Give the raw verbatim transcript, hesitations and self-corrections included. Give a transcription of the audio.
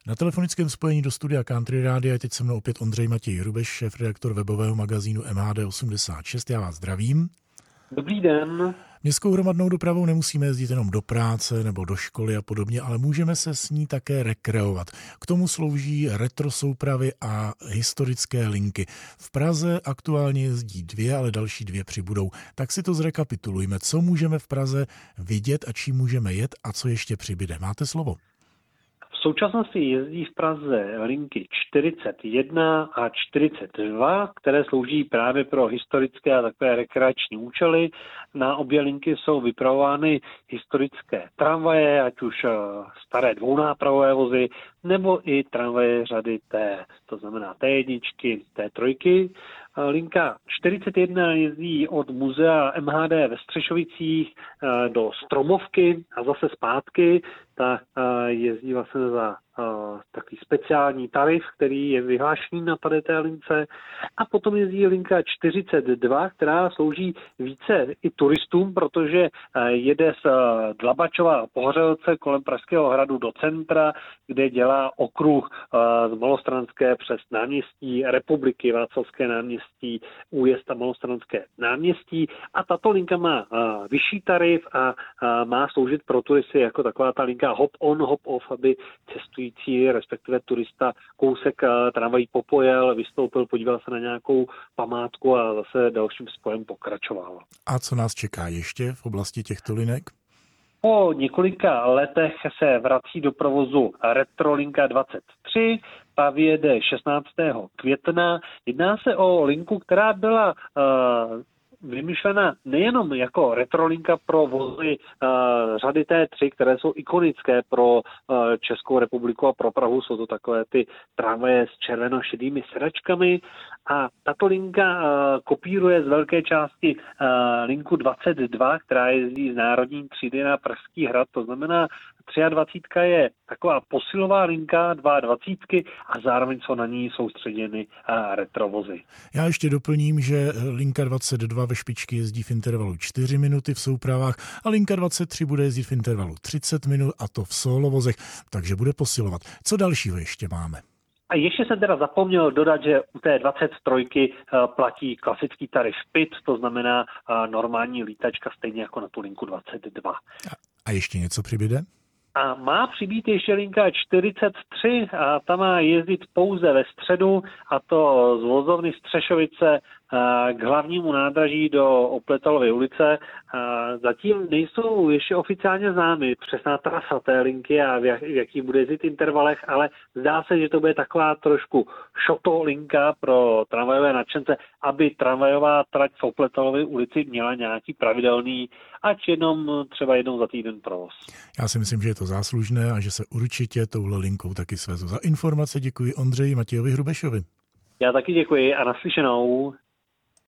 Na telefonickém spojení do studia Country Rádia je teď se mnou opět Ondřej Matěj Hrubeš, šéfredaktor webového magazínu M H D osmdesát šest. Já vás zdravím. Dobrý den. Městskou hromadnou dopravou nemusíme jezdit jenom do práce nebo do školy a podobně, ale můžeme se s ní také rekreovat. K tomu slouží retro soupravy a historické linky. V Praze aktuálně jezdí dvě, ale další dvě přibudou. Tak si to zrekapitulujme. Co můžeme v Praze vidět a čím můžeme jet a co ještě přibyde. Máte slovo. V současnosti jezdí v Praze linky čtyřicet jedna a čtyřicet dva, které slouží právě pro historické a takové rekreační účely. Na obě linky jsou vypravovány historické tramvaje, ať už staré dvounápravové vozy, nebo i tramvaje řady T, to znamená T jedna, T tři. Linka čtyřicet jedna jezdí od muzea M H D ve Střešovicích do Stromovky a zase zpátky. Ta jezdí vlastně za takový speciální tarif, který je vyhlášený na tady té lince. A potom jezdí linka čtyřicet dva, která slouží více i turistům, protože jede z Dlabačova Pohořelce kolem Pražského hradu do centra, kde dělá okruh z Malostranské přes náměstí Republiky, Václavské náměstí, újezd a Malostranské náměstí. A tato linka má vyšší tarif a má sloužit pro turisty jako taková ta linka hop on, hop off, aby cestující, respektive turista, kousek tramvají popojel, vystoupil, podíval se na nějakou památku a zase dalším spojem pokračoval. A co nás čeká ještě v oblasti těchto linek? Po několika letech se vrací do provozu Retrolinka dvacet tři, ta vyjede šestnáctého května. Jedná se o linku, která byla uh, vymyšlena nejenom jako retrolinka pro vozy uh, řady T tři, které jsou ikonické pro uh, Českou republiku a pro Prahu. Jsou to takové ty tramvaje s červeno-šedými sedačkami. A tato linka uh, kopíruje z velké části uh, linku dvacet dva, která jezdí z národní třídy na Pražský hrad. To znamená, dvacet tři je taková posilová linka dvacet dva a zároveň jsou na ní soustředěny uh, retrovozy. Já ještě doplním, že linka dvacet dva ve špičky jezdí v intervalu čtyři minuty v soupravách a linka dvacet tři bude jezdit v intervalu třicet minut, a to v solovozech, takže bude posilovat. Co dalšího ještě máme? A ještě jsem teda zapomněl dodat, že u té dvacet tři platí klasický tarif P I T, to znamená normální lítačka, stejně jako na tu linku dvacet dva. A ještě něco přibyde? A má přibýt ještě linka čtyřicet tři a ta má jezdit pouze ve středu, a to z vozovny Střešovice k hlavnímu nádraží do Opletalovy ulice. Zatím nejsou ještě oficiálně známy přesná trasa té linky a v, jak, v jakých bude jezdit intervalech, ale zdá se, že to bude taková trošku šoto linka pro tramvajové nadšence, aby tramvajová trať v Opletalově ulici měla nějaký pravidelný, ať jenom třeba jednou za týden provoz. Já si myslím, že je to záslužné a že se určitě touhle linkou taky svezu. Za informace děkuji Ondřeji Matějovi Hrubešovi. Já taky děkuji a naslyšenou.